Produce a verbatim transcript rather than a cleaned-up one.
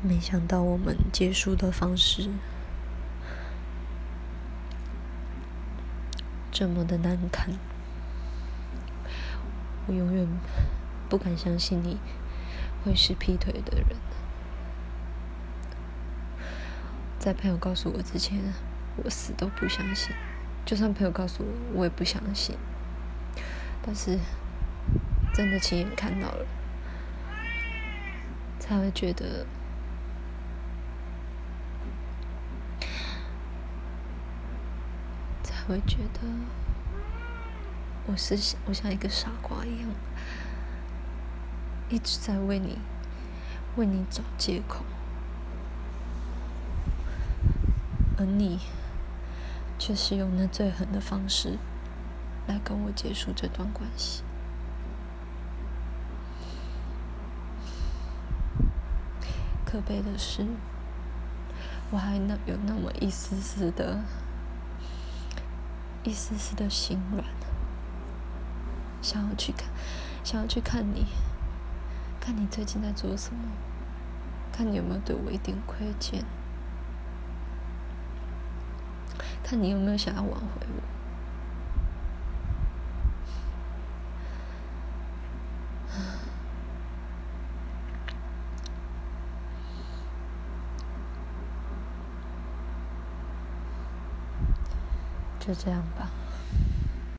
没想到我们结束的方式这么的难堪，我永远不敢相信你会是劈腿的人。在朋友告诉我之前，我死都不相信，就算朋友告诉我，我也不相信。但是真的亲眼看到了，才会觉得才会觉得我是我像一个傻瓜一样，一直在为你为你找借口，而你却是用那最狠的方式来跟我结束这段关系。可悲的是，我还能有那么一丝丝的、一丝丝的心软，想要去看，想要去看你，看你最近在做什么，看你有没有对我一点亏欠，看你有没有想要挽回我。就这样吧。